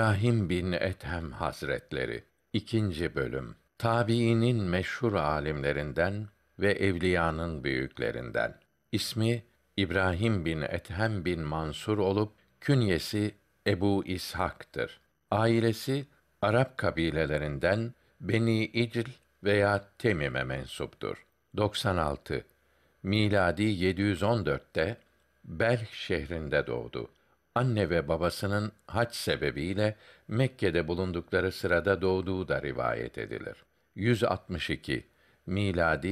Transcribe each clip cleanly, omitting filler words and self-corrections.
İbrahim bin Ethem Hazretleri 2. bölüm. Tabiinin meşhur alimlerinden ve evliyanın büyüklerinden. İsmi İbrahim bin Ethem bin Mansur olup künyesi Ebu İshak'tır. Ailesi Arap kabilelerinden Beni İcl veya Temim'e mensuptur. 96. Miladi 714'te Belh şehrinde doğdu. Anne ve babasının hac sebebiyle Mekke'de bulundukları sırada doğduğu da rivayet edilir. 162. Miladi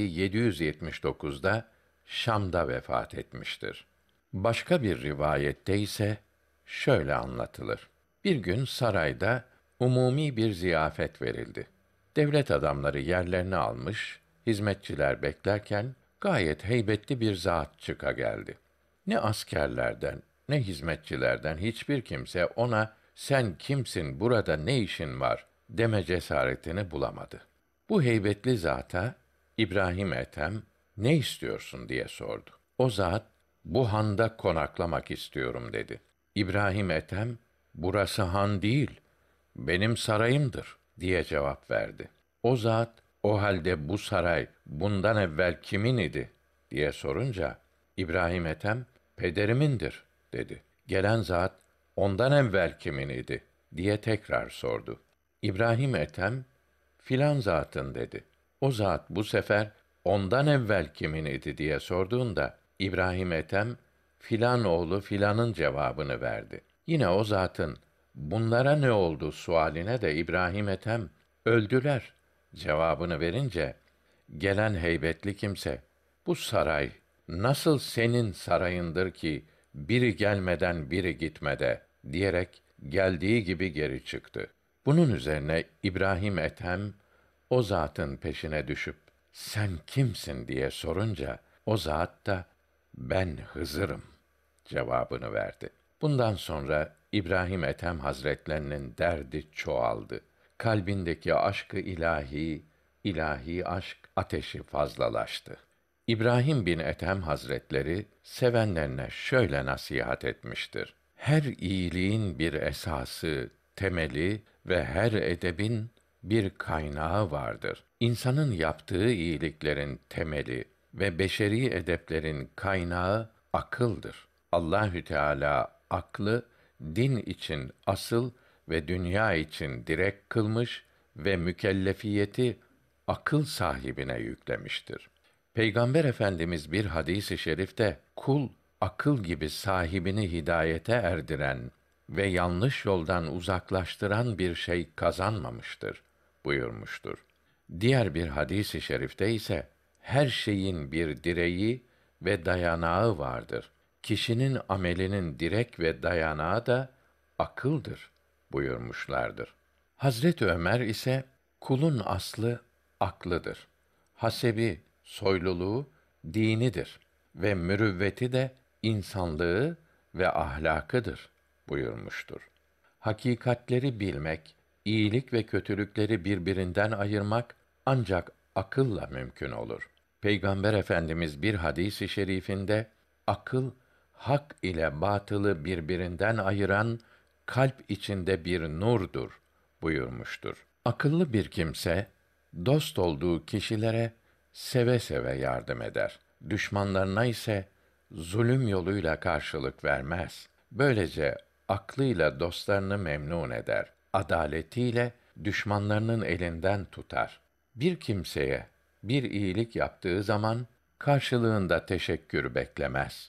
779'da Şam'da vefat etmiştir. Başka bir rivayette ise şöyle anlatılır. Bir gün sarayda umumi bir ziyafet verildi. Devlet adamları yerlerini almış, hizmetçiler beklerken gayet heybetli bir zat çıka geldi. Ne askerlerden, ne hizmetçilerden hiçbir kimse ona "Sen kimsin, burada ne işin var?" deme cesaretini bulamadı. Bu heybetli zata İbrahim Ethem "Ne istiyorsun?" diye sordu. O zat "Bu handa konaklamak istiyorum." dedi. İbrahim Ethem "Burası han değil, benim sarayımdır." diye cevap verdi. O zat "O halde bu saray bundan evvel kimin idi?" diye sorunca İbrahim Ethem "Pederimindir." dedi. Gelen zat "Ondan evvel kimin idi?" diye tekrar sordu. İbrahim Ethem "Filan zatın." dedi. O zat bu sefer "Ondan evvel kimin idi?" diye sorduğunda İbrahim Ethem "Filan oğlu filanın" cevabını verdi. Yine o zatın "Bunlara ne oldu?" sualine de İbrahim Ethem "Öldüler." cevabını verince gelen heybetli kimse "Bu saray nasıl senin sarayındır ki biri gelmeden biri gitmede?" diyerek geldiği gibi geri çıktı. Bunun üzerine İbrahim Ethem o zatın peşine düşüp "Sen kimsin?" diye sorunca o zat da "Ben Hızır'ım." cevabını verdi. Bundan sonra İbrahim Ethem Hazretlerinin derdi çoğaldı. Kalbindeki aşk-ı ilahi, ilahi aşk ateşi fazlalaştı. İbrahim bin Ethem Hazretleri sevenlerine şöyle nasihat etmiştir: Her iyiliğin bir esası, temeli ve her edebin bir kaynağı vardır. İnsanın yaptığı iyiliklerin temeli ve beşeri edeplerin kaynağı akıldır. Allahü Teala aklı din için asıl ve dünya için direk kılmış ve mükellefiyeti akıl sahibine yüklemiştir. Peygamber Efendimiz bir hadis-i şerifte kul akıl gibi sahibini hidayete erdiren ve yanlış yoldan uzaklaştıran bir şey kazanmamıştır buyurmuştur. Diğer bir hadis-i şerifte ise her şeyin bir direği ve dayanağı vardır. Kişinin amelinin direk ve dayanağı da akıldır buyurmuşlardır. Hazret Ömer ise kulun aslı aklıdır. Hasebi, soyluluğu dinidir ve mürüvveti de insanlığı ve ahlakıdır buyurmuştur. Hakikatleri bilmek, iyilik ve kötülükleri birbirinden ayırmak ancak akılla mümkün olur. Peygamber Efendimiz bir hadis-i şerifinde akıl hak ile batılı birbirinden ayıran kalp içinde bir nurdur buyurmuştur. Akıllı bir kimse dost olduğu kişilere seve seve yardım eder. Düşmanlarına ise zulüm yoluyla karşılık vermez. Böylece aklıyla dostlarını memnun eder. Adaletiyle düşmanlarının elinden tutar. Bir kimseye bir iyilik yaptığı zaman karşılığında teşekkür beklemez.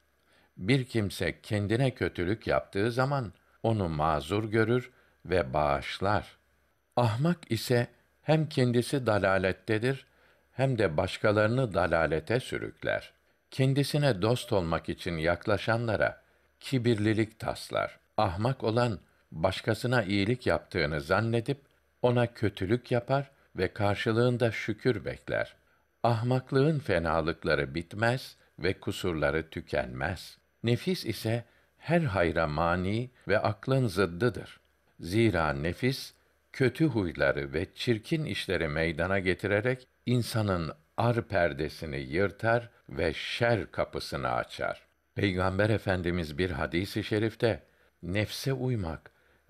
Bir kimse kendine kötülük yaptığı zaman onu mazur görür ve bağışlar. Ahmak ise hem kendisi dalalettedir hem de başkalarını dalalete sürükler. Kendisine dost olmak için yaklaşanlara kibirlilik taslar. Ahmak olan başkasına iyilik yaptığını zannedip ona kötülük yapar ve karşılığında şükür bekler. Ahmaklığın fenalıkları bitmez ve kusurları tükenmez. Nefis ise her hayra mani ve aklın zıddıdır. Zira nefis kötü huyları ve çirkin işleri meydana getirerek insanın ar perdesini yırtar ve şer kapısını açar. Peygamber Efendimiz bir hadis-i şerifte nefse uymak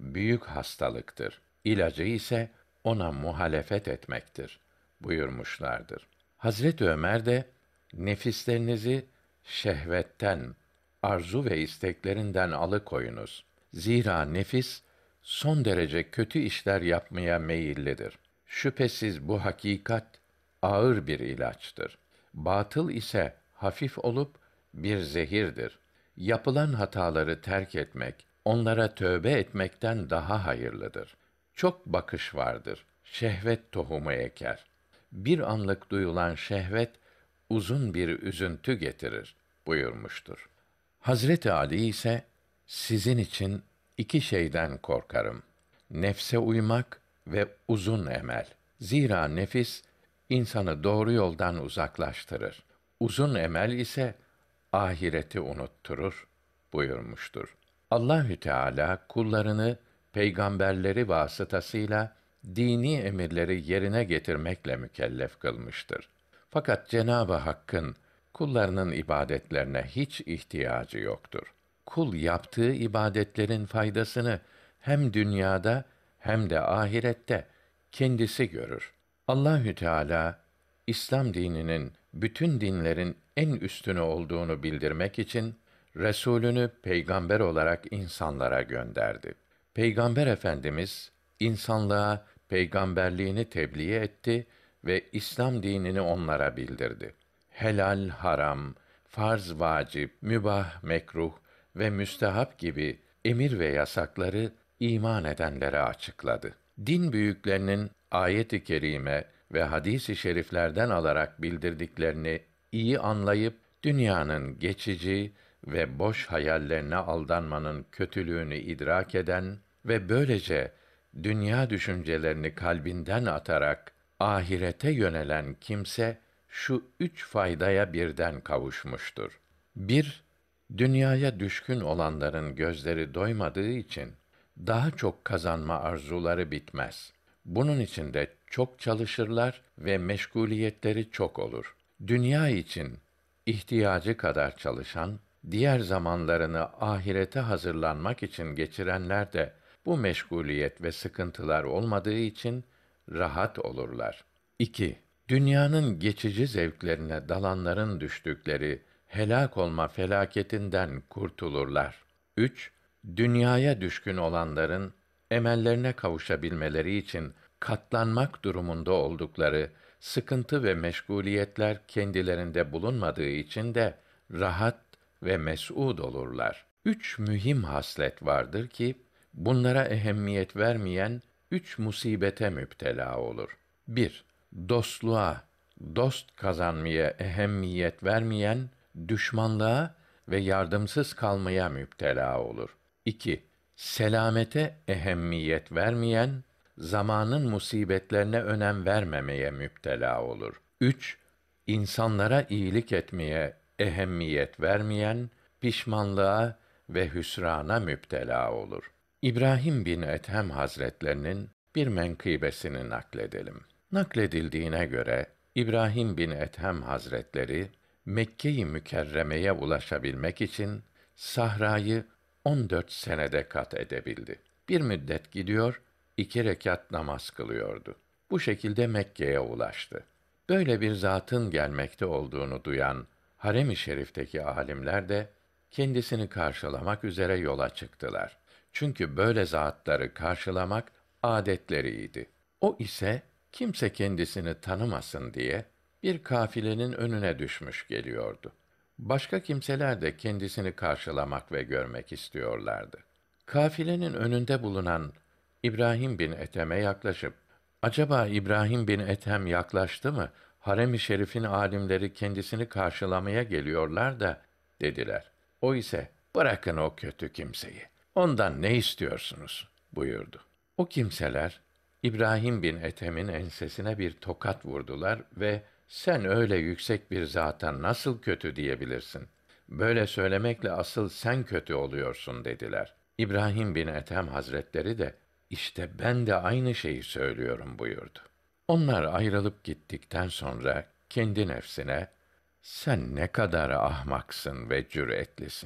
büyük hastalıktır. İlacı ise ona muhalefet etmektir buyurmuşlardır. Hazreti Ömer de nefislerinizi şehvetten, arzu ve isteklerinden alıkoyunuz. Zira nefis son derece kötü işler yapmaya meyillidir. Şüphesiz bu hakikat ağır bir ilaçtır. Batıl ise hafif olup bir zehirdir. Yapılan hataları terk etmek, onlara tövbe etmekten daha hayırlıdır. Çok bakış vardır. Şehvet tohumu eker. Bir anlık duyulan şehvet uzun bir üzüntü getirir buyurmuştur. Hazreti Ali ise sizin için iki şeyden korkarım. Nefse uymak ve uzun emel. Zira nefis insanı doğru yoldan uzaklaştırır. Uzun emel ise ahireti unutturur buyurmuştur. Allahü Teala kullarını peygamberleri vasıtasıyla dini emirleri yerine getirmekle mükellef kılmıştır. Fakat Cenab-ı Hakk'ın kullarının ibadetlerine hiç ihtiyacı yoktur. Kul yaptığı ibadetlerin faydasını hem dünyada hem de ahirette kendisi görür. Allahü Teala İslam dininin bütün dinlerin en üstünü olduğunu bildirmek için Resulünü peygamber olarak insanlara gönderdi. Peygamber Efendimiz insanlığa peygamberliğini tebliğ etti ve İslam dinini onlara bildirdi. Helal, haram, farz, vacip, mübah, mekruh ve müstehap gibi emir ve yasakları iman edenlere açıkladı. Din büyüklerinin ayet-i kerime ve hadis-i şeriflerden alarak bildirdiklerini iyi anlayıp dünyanın geçici ve boş hayallerine aldanmanın kötülüğünü idrak eden ve böylece dünya düşüncelerini kalbinden atarak ahirete yönelen kimse şu üç faydaya birden kavuşmuştur. 1. Dünyaya düşkün olanların gözleri doymadığı için daha çok kazanma arzuları bitmez. Bunun için de çok çalışırlar ve meşguliyetleri çok olur. Dünya için ihtiyacı kadar çalışan, diğer zamanlarını ahirete hazırlanmak için geçirenler de bu meşguliyet ve sıkıntılar olmadığı için rahat olurlar. 2. Dünyanın geçici zevklerine dalanların düştükleri helak olma felaketinden kurtulurlar. 3. Dünyaya düşkün olanların emellerine kavuşabilmeleri için katlanmak durumunda oldukları sıkıntı ve meşguliyetler kendilerinde bulunmadığı için de rahat ve mes'ud olurlar. Üç mühim haslet vardır ki bunlara ehemmiyet vermeyen üç musibete müptela olur. 1. Dostluğa, dost kazanmaya ehemmiyet vermeyen düşmanlığa ve yardımsız kalmaya müptela olur. 2. Selamete ehemmiyet vermeyen, zamanın musibetlerine önem vermemeye müptela olur. 3. İnsanlara iyilik etmeye ehemmiyet vermeyen, pişmanlığa ve hüsrana müptela olur. İbrahim bin Ethem Hazretlerinin bir menkıbesini nakledelim. Nakledildiğine göre İbrahim bin Ethem Hazretleri Mekke-i Mükerreme'ye ulaşabilmek için sahrayı 14 senede kat edebildi. Bir müddet gidiyor, 2 rekat namaz kılıyordu. Bu şekilde Mekke'ye ulaştı. Böyle bir zatın gelmekte olduğunu duyan harem-i şerifteki alimler de kendisini karşılamak üzere yola çıktılar. Çünkü böyle zatları karşılamak âdetleriydi. O ise kimse kendisini tanımasın diye bir kafilenin önüne düşmüş geliyordu. Başka kimseler de kendisini karşılamak ve görmek istiyorlardı. Kafilenin önünde bulunan İbrahim bin Ethem'e yaklaşıp, acaba İbrahim bin Ethem yaklaştı mı? Harem-i Şerif'in alimleri kendisini karşılamaya geliyorlar da, dediler. O ise, bırakın o kötü kimseyi. Ondan ne istiyorsunuz? Buyurdu. O kimseler, İbrahim bin Ethem'in ensesine bir tokat vurdular ve sen öyle yüksek bir zata nasıl kötü diyebilirsin? Böyle söylemekle asıl sen kötü oluyorsun dediler. İbrahim bin Ethem Hazretleri de işte ben de aynı şeyi söylüyorum buyurdu. Onlar ayrılıp gittikten sonra kendi nefsine sen ne kadar ahmaksın ve cüretlisin.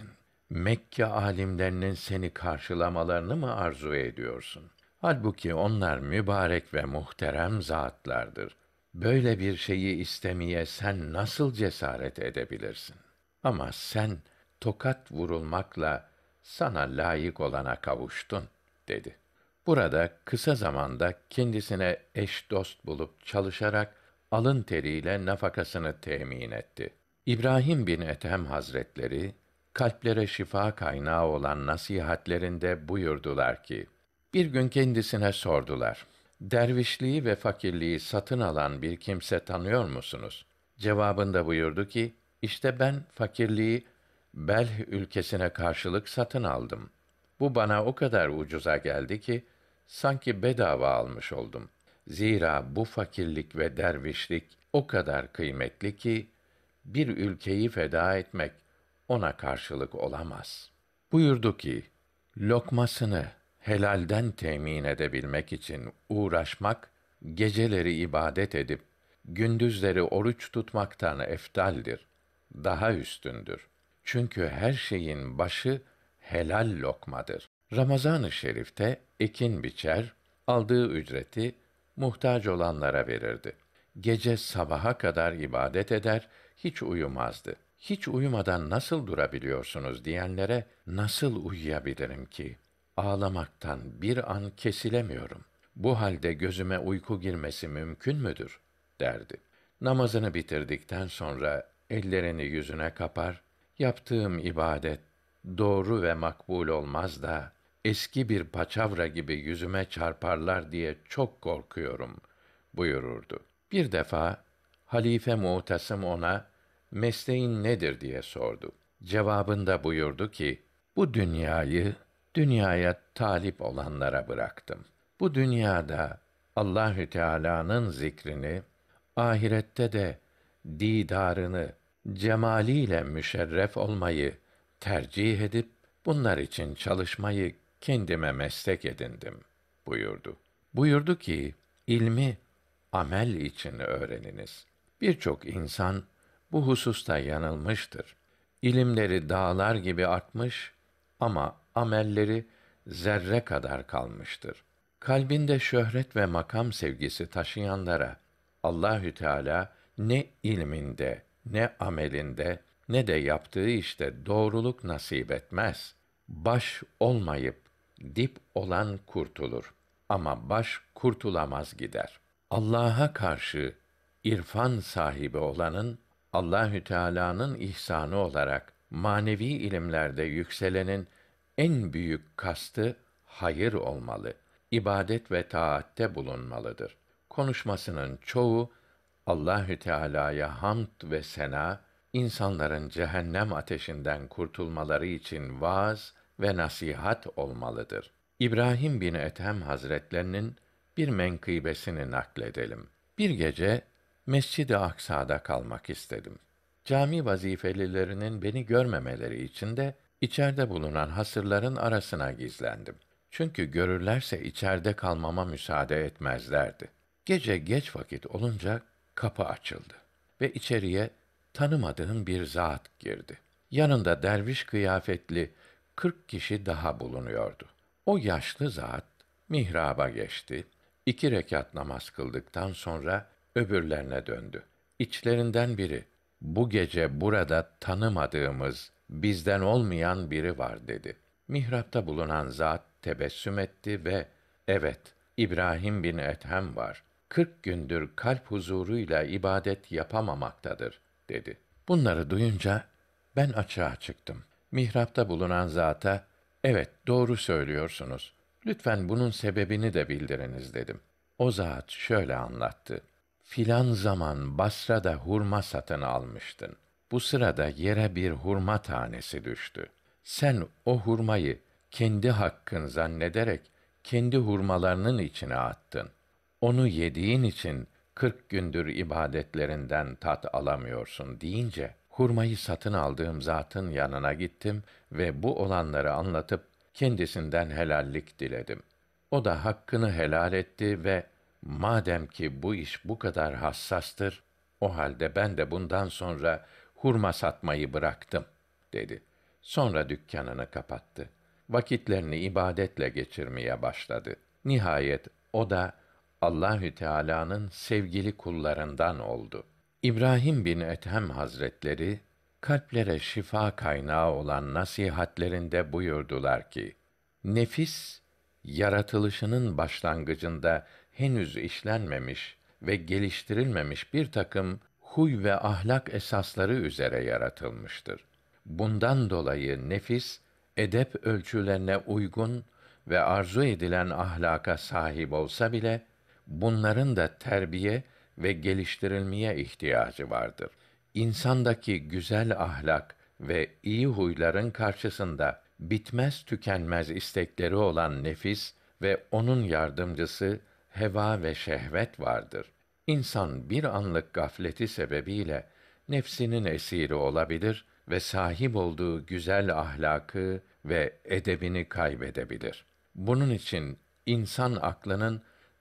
Mekke alimlerinin seni karşılamalarını mı arzu ediyorsun? Halbuki onlar mübarek ve muhterem zatlardır. Böyle bir şeyi istemeye sen nasıl cesaret edebilirsin? Ama sen tokat vurulmakla sana layık olana kavuştun, dedi. Burada kısa zamanda kendisine eş dost bulup çalışarak alın teriyle nafakasını temin etti. İbrahim bin Ethem Hazretleri kalplere şifa kaynağı olan nasihatlerinde buyurdular ki: bir gün kendisine sordular: dervişliği ve fakirliği satın alan bir kimse tanıyor musunuz? Cevabında buyurdu ki: işte ben fakirliği Belh ülkesine karşılık satın aldım. Bu bana o kadar ucuza geldi ki sanki bedava almış oldum. Zira bu fakirlik ve dervişlik o kadar kıymetli ki bir ülkeyi feda etmek ona karşılık olamaz. Buyurdu ki, lokmasını helalden temin edebilmek için uğraşmak, geceleri ibadet edip, gündüzleri oruç tutmaktan eftaldir, daha üstündür. Çünkü her şeyin başı helal lokmadır. Ramazan-ı Şerif'te ekin biçer, aldığı ücreti muhtaç olanlara verirdi. Gece sabaha kadar ibadet eder, hiç uyumazdı. Hiç uyumadan nasıl durabiliyorsunuz diyenlere nasıl uyuyabilirim ki? Ağlamaktan bir an kesilemiyorum. Bu halde gözüme uyku girmesi mümkün müdür? Derdi. Namazını bitirdikten sonra ellerini yüzüne kapar, yaptığım ibadet doğru ve makbul olmaz da eski bir paçavra gibi yüzüme çarparlar diye çok korkuyorum buyururdu. Bir defa Halife Mu'tasim ona mesleğin nedir diye sordu. Cevabında buyurdu ki: bu dünyayı dünyaya talip olanlara bıraktım. Bu dünyada Allahü Teala'nın zikrini, ahirette de didarını, cemaliyle müşerref olmayı tercih edip bunlar için çalışmayı kendime meslek edindim buyurdu. Buyurdu ki, ilmi amel için öğreniniz. Birçok insan bu hususta yanılmıştır. İlimleri dağlar gibi artmış ama amelleri zerre kadar kalmıştır. Kalbinde şöhret ve makam sevgisi taşıyanlara Allahü Teala ne ilminde, ne amelinde, ne de yaptığı işte doğruluk nasip etmez. Baş olmayıp dip olan kurtulur ama baş kurtulamaz gider. Allah'a karşı irfan sahibi olanın Allahü Teala'nın ihsanı olarak manevi ilimlerde yükselenin en büyük kastı hayır olmalı. İbadet ve taatte bulunmalıdır. Konuşmasının çoğu Allahü Teala'ya hamd ve sena, insanların cehennem ateşinden kurtulmaları için vaaz ve nasihat olmalıdır. İbrahim bin Ethem Hazretlerinin bir menkıbesini nakledelim. Bir gece Mescid-i Aksa'da kalmak istedim. Cami vazifelilerinin beni görmemeleri için de içeride bulunan hasırların arasına gizlendim. Çünkü görürlerse içeride kalmama müsaade etmezlerdi. Gece geç vakit olunca kapı açıldı ve içeriye tanımadığım bir zat girdi. Yanında derviş kıyafetli 40 kişi daha bulunuyordu. O yaşlı zat mihraba geçti. 2 rekat namaz kıldıktan sonra öbürlerine döndü. İçlerinden biri, bu gece burada tanımadığımız, bizden olmayan biri var dedi. Mihrapta bulunan zat tebessüm etti ve evet, İbrahim bin Ethem var. 40 gündür kalp huzuruyla ibadet yapamamaktadır dedi. Bunları duyunca ben açığa çıktım. Mihrapta bulunan zata, evet doğru söylüyorsunuz. Lütfen bunun sebebini de bildiriniz dedim. O zat şöyle anlattı. Filan zaman Basra'da hurma satın almıştın. Bu sırada yere bir hurma tanesi düştü. Sen o hurmayı kendi hakkın zannederek kendi hurmalarının içine attın. Onu yediğin için 40 gündür ibadetlerinden tat alamıyorsun deyince, hurmayı satın aldığım zatın yanına gittim ve bu olanları anlatıp kendisinden helallik diledim. O da hakkını helal etti ve madem ki bu iş bu kadar hassastır, o halde ben de bundan sonra hurma satmayı bıraktım, dedi. Sonra dükkanını kapattı. Vakitlerini ibadetle geçirmeye başladı. Nihayet o da Allahü Teala'nın sevgili kullarından oldu. İbrahim bin Ethem Hazretleri kalplere şifa kaynağı olan nasihatlerinde buyurdular ki: Nefis yaratılışının başlangıcında henüz işlenmemiş ve geliştirilmemiş bir takım huy ve ahlak esasları üzere yaratılmıştır. Bundan dolayı nefis edep ölçülerine uygun ve arzu edilen ahlaka sahip olsa bile bunların da terbiye ve geliştirilmeye ihtiyacı vardır. İnsandaki güzel ahlak ve iyi huyların karşısında bitmez tükenmez istekleri olan nefis ve onun yardımcısı heva ve şehvet vardır. İnsan bir anlık gafleti sebebiyle nefsinin esiri olabilir ve sahip olduğu güzel ahlakı ve edebini kaybedebilir. Bunun için insan aklının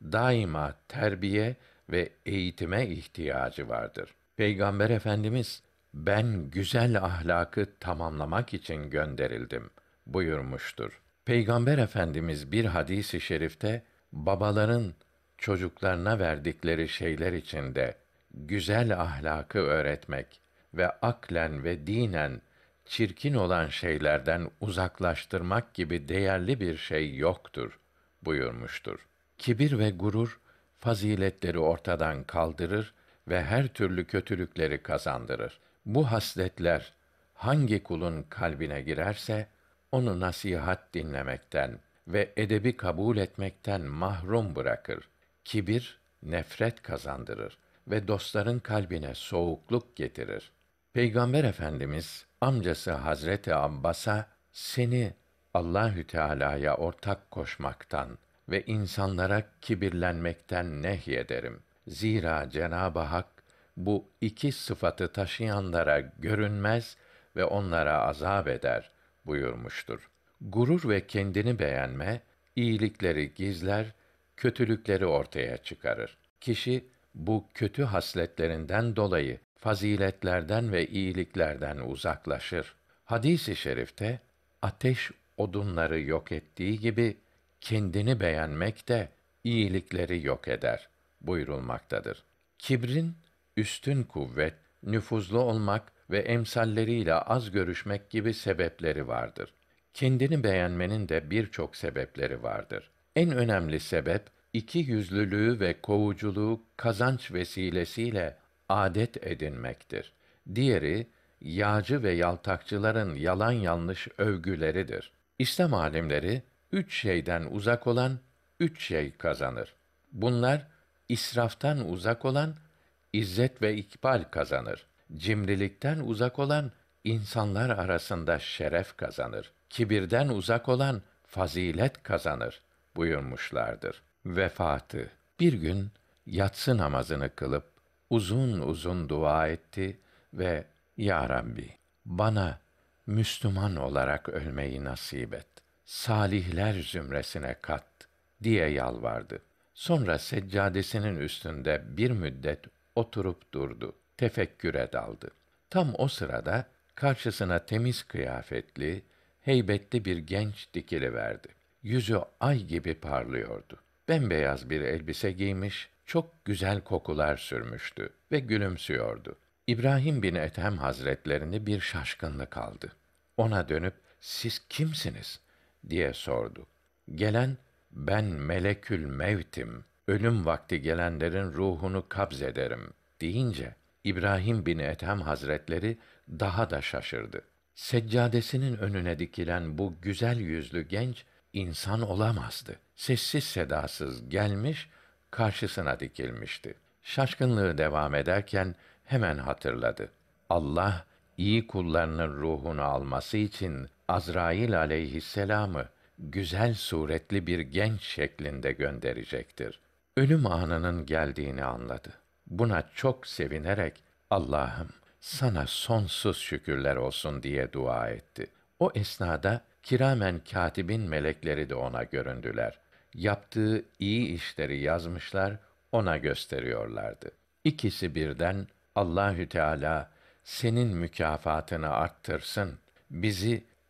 daima terbiye ve eğitime ihtiyacı vardır. Peygamber Efendimiz, ben güzel ahlakı tamamlamak için gönderildim buyurmuştur. Peygamber Efendimiz bir hadisi i şerifte, babaların çocuklarına verdikleri şeyler içinde güzel ahlakı öğretmek ve aklen ve dinen çirkin olan şeylerden uzaklaştırmak gibi değerli bir şey yoktur buyurmuştur. Kibir ve gurur faziletleri ortadan kaldırır ve her türlü kötülükleri kazandırır. Bu hasletler hangi kulun kalbine girerse onu nasihat dinlemekten ve edebi kabul etmekten mahrum bırakır. Kibir nefret kazandırır ve dostların kalbine soğukluk getirir. Peygamber Efendimiz amcası Hazreti Abbas'a seni Allahü Teala'ya ortak koşmaktan ve insanlara kibirlenmekten nehyederim. Zira Cenab-ı Hak bu iki sıfatı taşıyanlara görünmez ve onlara azap eder buyurmuştur. Gurur ve kendini beğenme iyilikleri gizler, kötülükleri ortaya çıkarır. Kişi bu kötü hasletlerinden dolayı faziletlerden ve iyiliklerden uzaklaşır. Hadis-i şerifte ateş odunları yok ettiği gibi kendini beğenmek de iyilikleri yok eder buyurulmaktadır. Kibrin üstün kuvvet, nüfuzlu olmak ve emsalleriyle az görüşmek gibi sebepleri vardır. Kendini beğenmenin de birçok sebepleri vardır. En önemli sebep iki yüzlülüğü ve kovuculuğu kazanç vesilesiyle adet edinmektir. Diğeri yağcı ve yaltakçıların yalan yanlış övgüleridir. İslam alimleri üç şeyden uzak olan üç şey kazanır. Bunlar israftan uzak olan izzet ve ikbal kazanır. Cimrilikten uzak olan insanlar arasında şeref kazanır. Kibirden uzak olan fazilet kazanır buyurmuşlardır. Vefatı. Bir gün yatsı namazını kılıp uzun uzun dua etti ve Ya Rabbi, bana Müslüman olarak ölmeyi nasip et. Salihler zümresine kat diye yalvardı. Sonra seccadesinin üstünde bir müddet oturup durdu. Tefekküre daldı. Tam o sırada karşısına temiz kıyafetli, heybetli bir genç dikiliverdi. Yüzü ay gibi parlıyordu. Bembeyaz bir elbise giymiş, çok güzel kokular sürmüştü ve gülümsüyordu. İbrahim bin Ethem Hazretlerini bir şaşkınlık aldı. Ona dönüp, siz kimsiniz diye sordu. Gelen, ben melekül mevtim, ölüm vakti gelenlerin ruhunu kabzederim deyince, İbrahim bin Ethem Hazretleri daha da şaşırdı. Seccadesinin önüne dikilen bu güzel yüzlü genç, insan olamazdı. Sessiz sedasız gelmiş, karşısına dikilmişti. Şaşkınlığı devam ederken, hemen hatırladı. Allah, iyi kullarının ruhunu alması için, Azrail aleyhisselamı, güzel suretli bir genç şeklinde gönderecektir. Ölüm anının geldiğini anladı. Buna çok sevinerek, Allah'ım, sana sonsuz şükürler olsun diye dua etti. O esnada, kiramen katibin melekleri de ona göründüler. Yaptığı iyi işleri yazmışlar, ona gösteriyorlardı. İkisi birden, Allahü Teala senin mükafatını arttırsın, bizi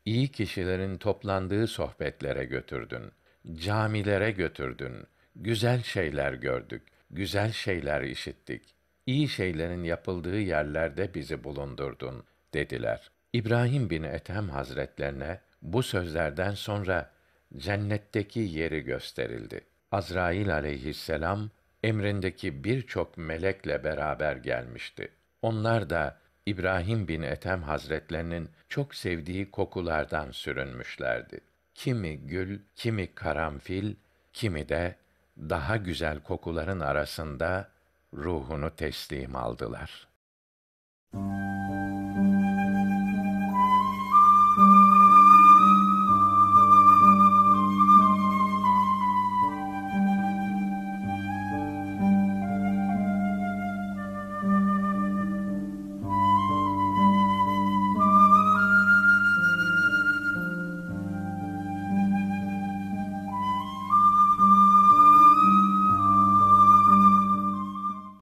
İyi kişilerin toplandığı sohbetlere götürdün. Camilere götürdün. Güzel şeyler gördük. Güzel şeyler işittik. İyi şeylerin yapıldığı yerlerde bizi bulundurdun, dediler. İbrahim bin Ethem Hazretlerine bu sözlerden sonra cennetteki yeri gösterildi. Azrail aleyhisselam emrindeki birçok melekle beraber gelmişti. Onlar da İbrahim bin Ethem Hazretlerinin çok sevdiği kokulardan sürünmüşlerdi. Kimi gül, kimi karanfil, kimi de daha güzel kokuların arasında ruhunu teslim aldılar.''